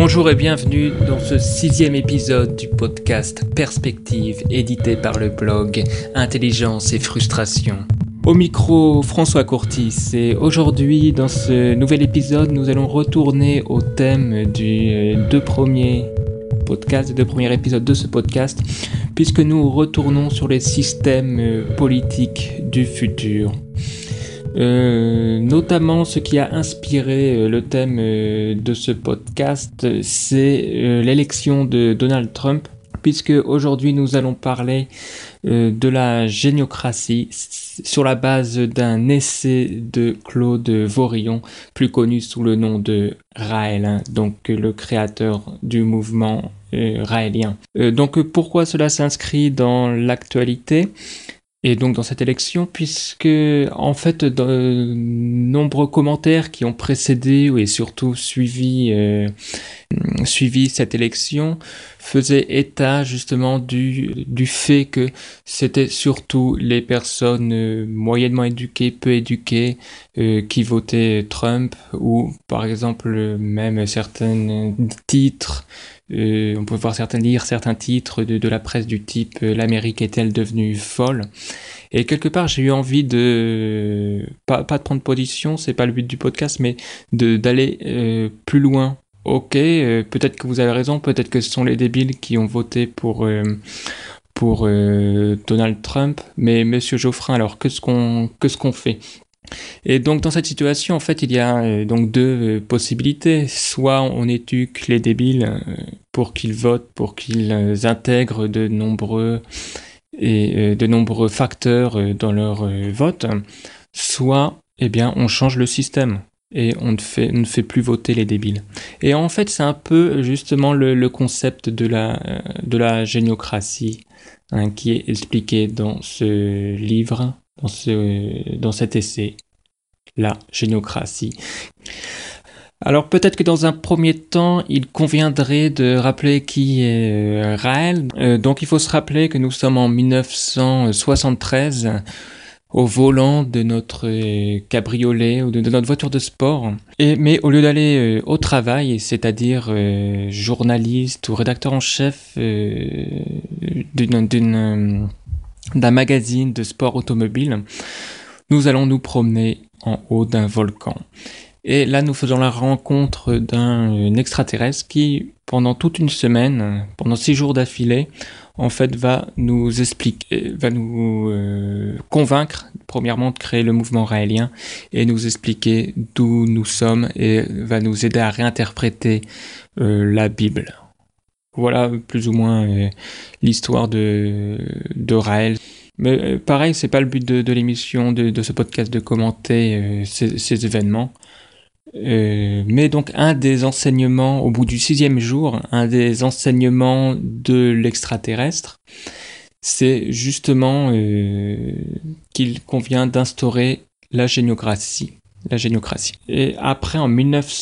Bonjour et bienvenue dans ce 6e épisode du podcast Perspective, édité par le blog Intelligence et Frustration. Au micro, François Courtis, et aujourd'hui, dans ce nouvel épisode, nous allons retourner au thème des deux premiers épisodes de ce podcast, puisque nous retournons sur les systèmes politiques du futur. Notamment ce qui a inspiré le thème de ce podcast, c'est l'élection de Donald Trump, puisque aujourd'hui nous allons parler de la géniocratie sur la base d'un essai de Claude Vorillon, plus connu sous le nom de Raël, donc le créateur du mouvement raélien. Donc pourquoi cela s'inscrit dans l'actualité ? Et donc dans cette élection, puisque en fait de nombreux commentaires qui ont précédé et surtout suivi cette élection faisaient état justement du fait que c'était surtout les personnes moyennement éduquées, peu éduquées qui votaient Trump, ou par exemple même certains titres. On peut lire certains titres de la presse du type « L'Amérique est-elle devenue folle ?» Et quelque part, j'ai eu envie de pas de prendre position, c'est pas le but du podcast, mais d'aller plus loin. Ok, peut-être que vous avez raison, peut-être que ce sont les débiles qui ont voté pour Donald Trump, mais Monsieur Geoffrin, alors qu'est-ce qu'on fait ? Et donc dans cette situation, en fait, il y a donc deux possibilités. Soit on éduque les débiles pour qu'ils votent, pour qu'ils intègrent de nombreux facteurs dans leur vote. Soit, on change le système et on ne fait plus voter les débiles. Et en fait, c'est un peu justement le concept de la géniocratie qui est expliqué dans ce livre. Dans cet essai, la géniocratie. Alors peut-être que dans un premier temps, il conviendrait de rappeler qui est Raël. Donc il faut se rappeler que nous sommes en 1973 au volant de notre cabriolet ou de notre voiture de sport. Mais au lieu d'aller au travail, c'est-à-dire journaliste ou rédacteur en chef d'un magazine de sport automobile, nous allons nous promener en haut d'un volcan. Et là, nous faisons la rencontre d'un extraterrestre qui, pendant toute une semaine, pendant 6 jours d'affilée, en fait, va nous convaincre, premièrement, de créer le mouvement raélien et nous expliquer d'où nous sommes et va nous aider à réinterpréter la Bible. Voilà plus ou moins l'histoire de Raël. Mais pareil, c'est pas le but de l'émission, de ce podcast, de commenter ces événements. Mais donc un des enseignements, au bout du 6e jour, un des enseignements de l'extraterrestre, c'est justement qu'il convient d'instaurer la géniocratie. Et après, en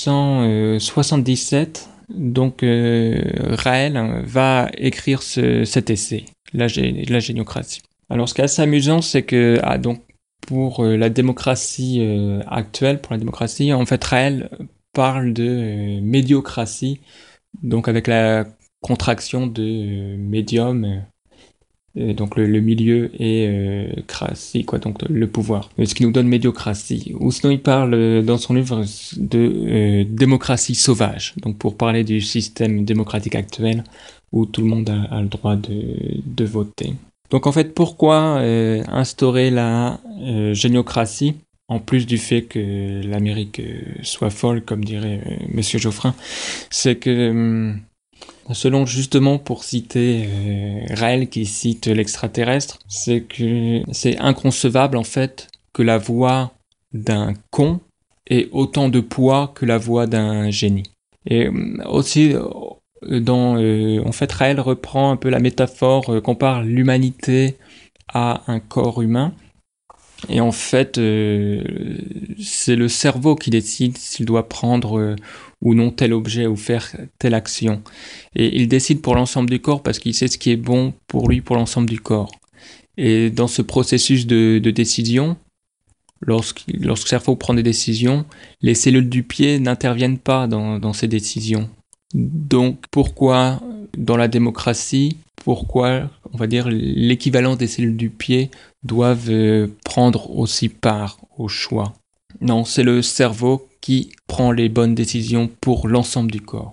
1977, donc Raël va écrire cet essai, la géniocratie. Alors ce qui est assez amusant, c'est que pour la démocratie actuelle, en fait Raël parle de médiocratie, donc avec la contraction de médium, donc le milieu, et cratie, donc le pouvoir, ce qui nous donne médiocratie. Ou sinon il parle dans son livre de démocratie sauvage, donc pour parler du système démocratique actuel où tout le monde a le droit de voter. Donc en fait, pourquoi instaurer la géniocratie, en plus du fait que l'Amérique soit folle, comme dirait Monsieur Geoffrin, c'est que selon justement, pour citer Raël qui cite l'extraterrestre, c'est que c'est inconcevable en fait que la voix d'un con ait autant de poids que la voix d'un génie. Et aussi en fait, Raël reprend un peu la métaphore, compare l'humanité à un corps humain. Et en fait, c'est le cerveau qui décide s'il doit prendre ou non tel objet ou faire telle action. Et il décide pour l'ensemble du corps parce qu'il sait ce qui est bon pour lui, pour l'ensemble du corps. Et dans ce processus de décision, lorsque le cerveau prend des décisions, les cellules du pied n'interviennent pas dans ces décisions. Donc pourquoi dans la démocratie, pourquoi, on va dire, l'équivalent des cellules du pied doivent prendre aussi part au choix? Non, c'est le cerveau qui prend les bonnes décisions pour l'ensemble du corps.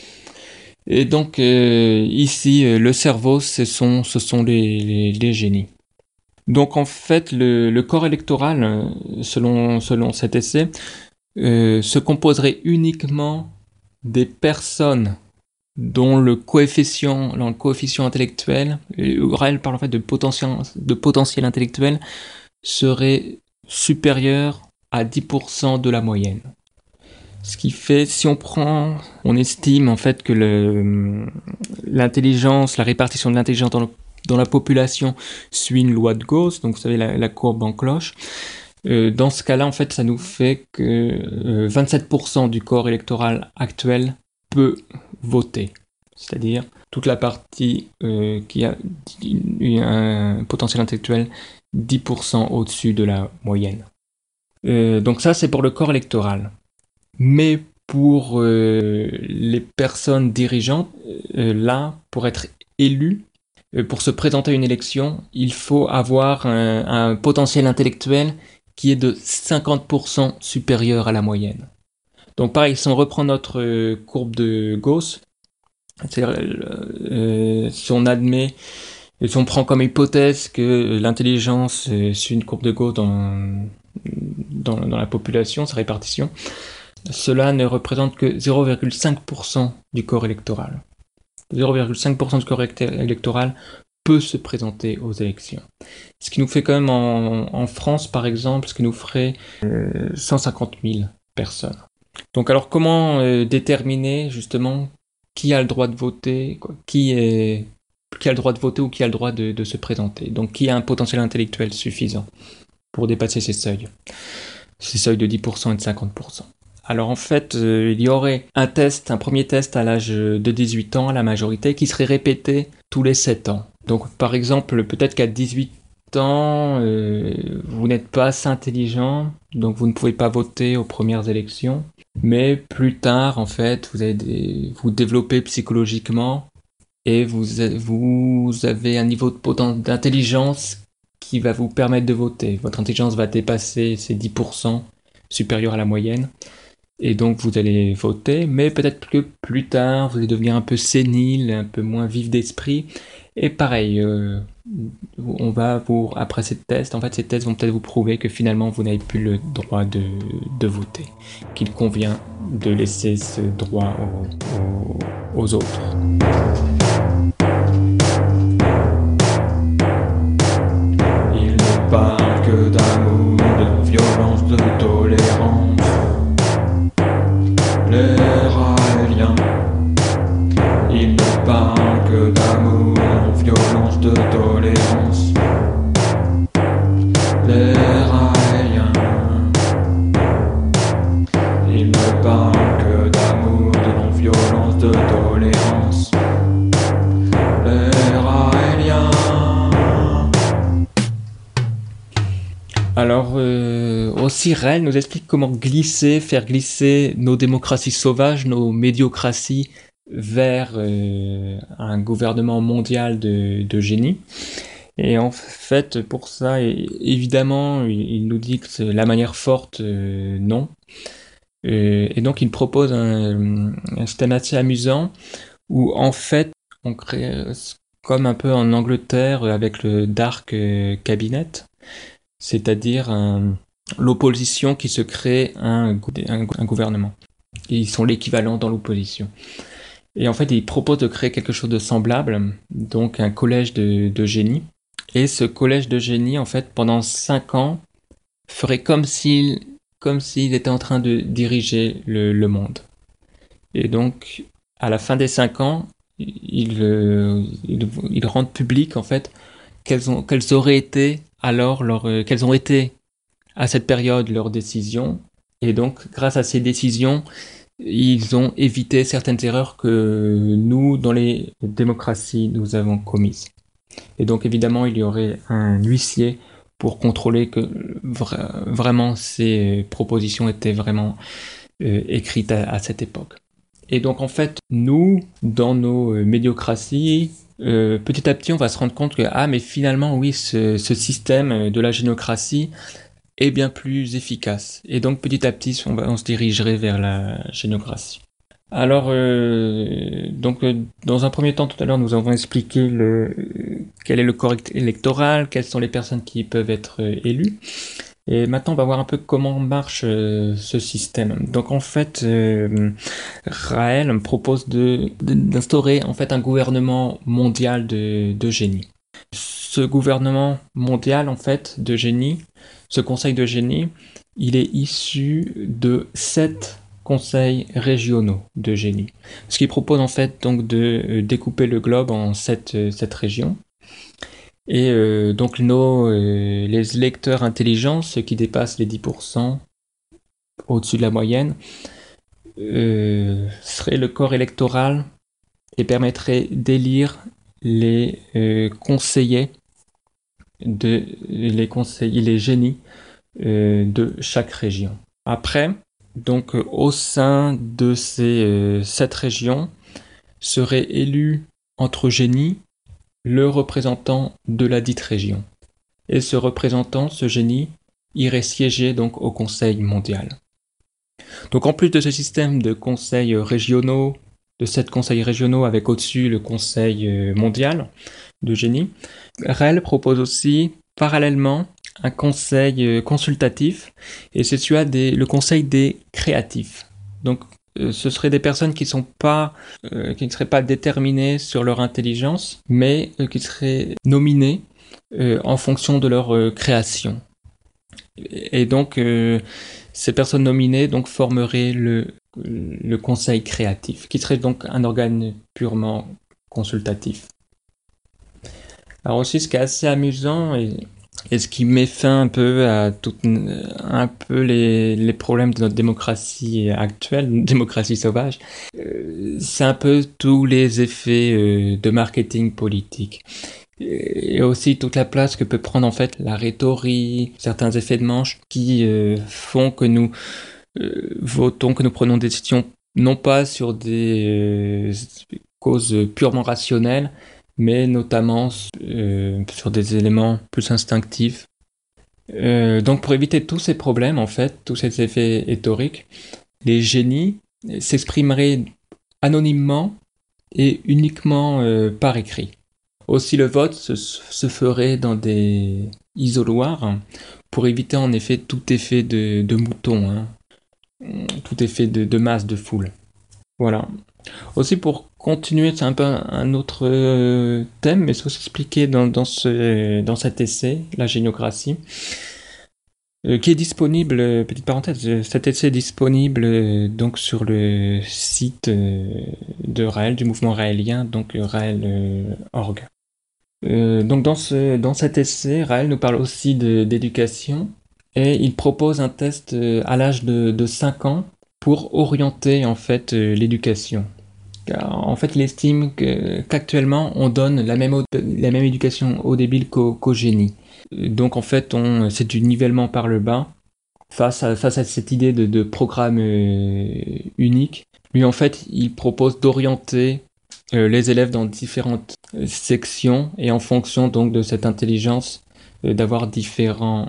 Et donc ici, le cerveau, ce sont les génies. Donc en fait, le corps électoral, selon cet essai, se composerait uniquement des personnes dont le coefficient intellectuel, Raël parle en fait de potentiel intellectuel, serait supérieur à 10% de la moyenne. Ce qui fait, si on estime en fait que l'intelligence, la répartition de l'intelligence dans la population suit une loi de Gauss, donc vous savez la courbe en cloche. Dans ce cas-là, en fait, ça nous fait que 27% du corps électoral actuel peut voter. C'est-à-dire toute la partie qui a un potentiel intellectuel 10% au-dessus de la moyenne. Donc ça, c'est pour le corps électoral. Mais pour les personnes dirigeantes, là, pour être élu, pour se présenter à une élection, il faut avoir un potentiel intellectuel qui est de 50% supérieur à la moyenne. Donc pareil, si on reprend notre courbe de Gauss, c'est-à-dire si on admet, si on prend comme hypothèse que l'intelligence suit une courbe de Gauss dans la population, sa répartition, cela ne représente que 0,5% du corps électoral. 0,5% du corps électoral peut se présenter aux élections. Ce qui nous fait quand même en France, par exemple, ce qui nous ferait 150 000 personnes. Donc alors comment déterminer justement qui a le droit de voter, qui a le droit de voter ou qui a le droit de se présenter. Donc qui a un potentiel intellectuel suffisant pour dépasser ces seuils de 10% et de 50%. Alors en fait, il y aurait un premier test à l'âge de 18 ans, à la majorité, qui serait répété tous les 7 ans. Donc par exemple, peut-être qu'à 18 ans, vous n'êtes pas assez intelligent, donc vous ne pouvez pas voter aux premières élections. Mais plus tard, en fait, vous développez psychologiquement et vous avez un niveau d'intelligence qui va vous permettre de voter. Votre intelligence va dépasser ces 10% supérieur à la moyenne. Et donc vous allez voter, mais peut-être que plus tard, vous allez devenir un peu sénile, un peu moins vif d'esprit. Et pareil, après ces tests, en fait, ces tests vont peut-être vous prouver que finalement, vous n'avez plus le droit de voter, qu'il convient de laisser ce droit aux autres. Il ne parle que d'amour, de violence, de tolérance. Les Raéliens, ils ne parlent que d'amour, de violence, de tolérance. Les Raéliens, ils ne parlent que d'amour, de non-violence, de tolérance. Les Raéliens. Alors, aussi Raël nous explique comment faire glisser nos démocraties sauvages, nos médiocraties vers un gouvernement mondial de génie. Et en fait, pour ça, évidemment, il nous dit que c'est la manière forte, non. Et donc, il propose un système assez amusant où, en fait, on crée, comme un peu en Angleterre avec le Dark Cabinet, c'est-à-dire l'opposition qui se crée un gouvernement. Et ils sont l'équivalent dans l'opposition. Et en fait, il propose de créer quelque chose de semblable, donc un collège de génie. Et ce collège de génie, en fait, pendant 5 ans, ferait comme s'il était en train de diriger le monde. Et donc, à la fin des 5 ans, il rendent public, en fait, quelles auraient été quelles ont été à cette période leurs décisions. Et donc, grâce à ces décisions, ils ont évité certaines erreurs que nous, dans les démocraties, nous avons commises. Et donc, évidemment, il y aurait un huissier pour contrôler que vraiment ces propositions étaient vraiment écrites à cette époque. Et donc en fait, nous, dans nos médiocraties, petit à petit, on va se rendre compte que mais finalement, oui, ce système de la géniocratie est bien plus efficace. Et donc petit à petit, on se dirigerait vers la géniocratie. Alors, dans un premier temps, tout à l'heure, nous avons expliqué quel est le corps électoral, quelles sont les personnes qui peuvent être élues. Et maintenant, on va voir un peu comment marche ce système. Donc, en fait, Raël propose d'instaurer en fait un gouvernement mondial de génie. Ce gouvernement mondial, en fait, de génie, ce conseil de génie, il est issu de 7 conseils régionaux de génie. Ce qui propose en fait donc de découper le globe en 7 régions. Et donc les électeurs intelligents, ceux qui dépassent les 10% au-dessus de la moyenne, serait le corps électoral et permettrait d'élire les conseillers, les génies de chaque région. Après, donc au sein de ces 7 régions, serait élu entre génies le représentant de la dite région. Et ce représentant, ce génie, irait siéger donc au Conseil mondial. Donc en plus de ce système de conseils régionaux, de 7 conseils régionaux avec au-dessus le Conseil mondial de génie, Raël propose aussi parallèlement un conseil consultatif, et c'est celui le conseil des créatifs. Donc ce seraient des personnes qui ne seraient pas déterminées sur leur intelligence, mais qui seraient nominées en fonction de leur création. Et donc ces personnes nominées donc formeraient le conseil créatif, qui serait donc un organe purement consultatif. Alors aussi, ce qui est assez amusant et ce qui met fin un peu à un peu les problèmes de notre démocratie actuelle, une démocratie sauvage, c'est un peu tous les effets de marketing politique. Et aussi toute la place que peut prendre en fait la rhétorique, certains effets de manche qui font que nous votons, que nous prenons des décisions non pas sur des causes purement rationnelles, mais notamment sur des éléments plus instinctifs. Donc pour éviter tous ces problèmes, en fait, tous ces effets rhétoriques, les génies s'exprimeraient anonymement et uniquement par écrit. Aussi le vote se ferait dans des isoloirs pour éviter en effet tout effet de mouton, hein, tout effet de masse, de foule. Voilà. Aussi pour continuer, c'est un peu un autre thème, mais c'est aussi expliqué dans cet essai, la géniocratie, qui est disponible, petite parenthèse, cet essai est disponible donc sur le site de Raël, du mouvement raélien, donc Raël.org. Donc dans cet essai, Raël nous parle aussi d'éducation, et il propose un test à l'âge de 5 ans pour orienter en fait l'éducation. Car, en fait, il estime qu'actuellement, on donne la même éducation aux débiles qu'aux génies. Donc, en fait, c'est du nivellement par le bas face à cette idée de programme unique. Lui, en fait, il propose d'orienter les élèves dans différentes sections et en fonction donc de cette intelligence, d'avoir différents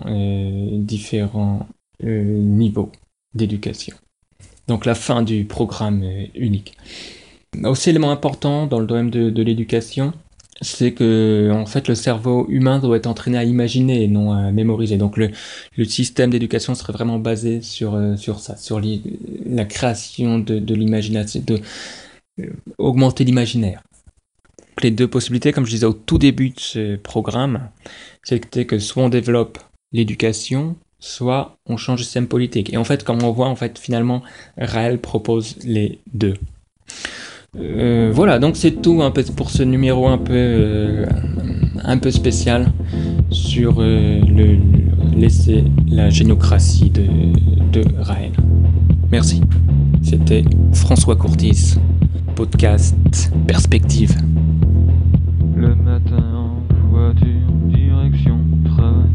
niveaux d'éducation. Donc, la fin du programme unique. Aussi, élément important dans le domaine de l'éducation, c'est que en fait le cerveau humain doit être entraîné à imaginer et non à mémoriser. Donc le système d'éducation serait vraiment basé sur ça, sur la création de l'imagination, augmenter l'imaginaire. Les deux possibilités, comme je disais au tout début de ce programme, c'était que soit on développe l'éducation, soit on change de système politique. Et en fait, comme on voit, en fait, finalement, Raël propose les deux. Voilà, donc c'est tout un peu pour ce numéro un peu spécial sur l'essai La géniocratie de Raël. Merci. C'était François Courtis, podcast Perspective. Le matin en voiture, direction travail.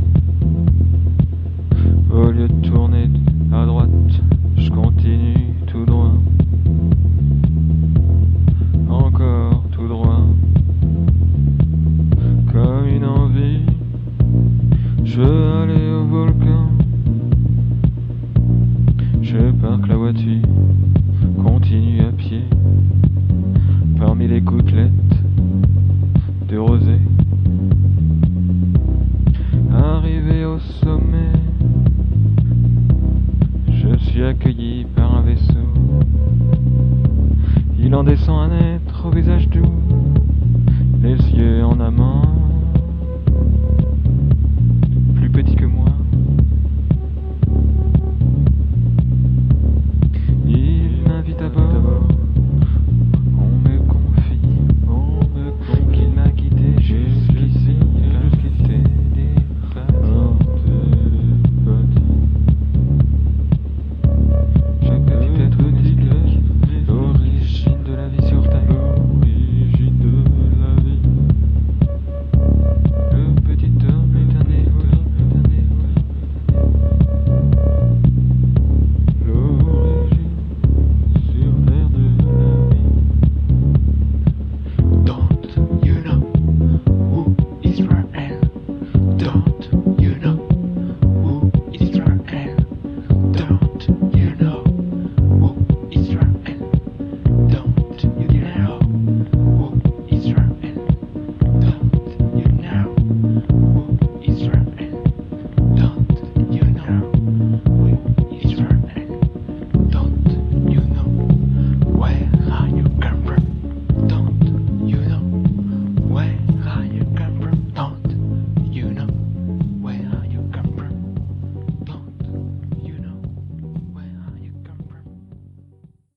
Au lieu de tourner à droite, je continue tout droit. il en descend un être au visage doux, les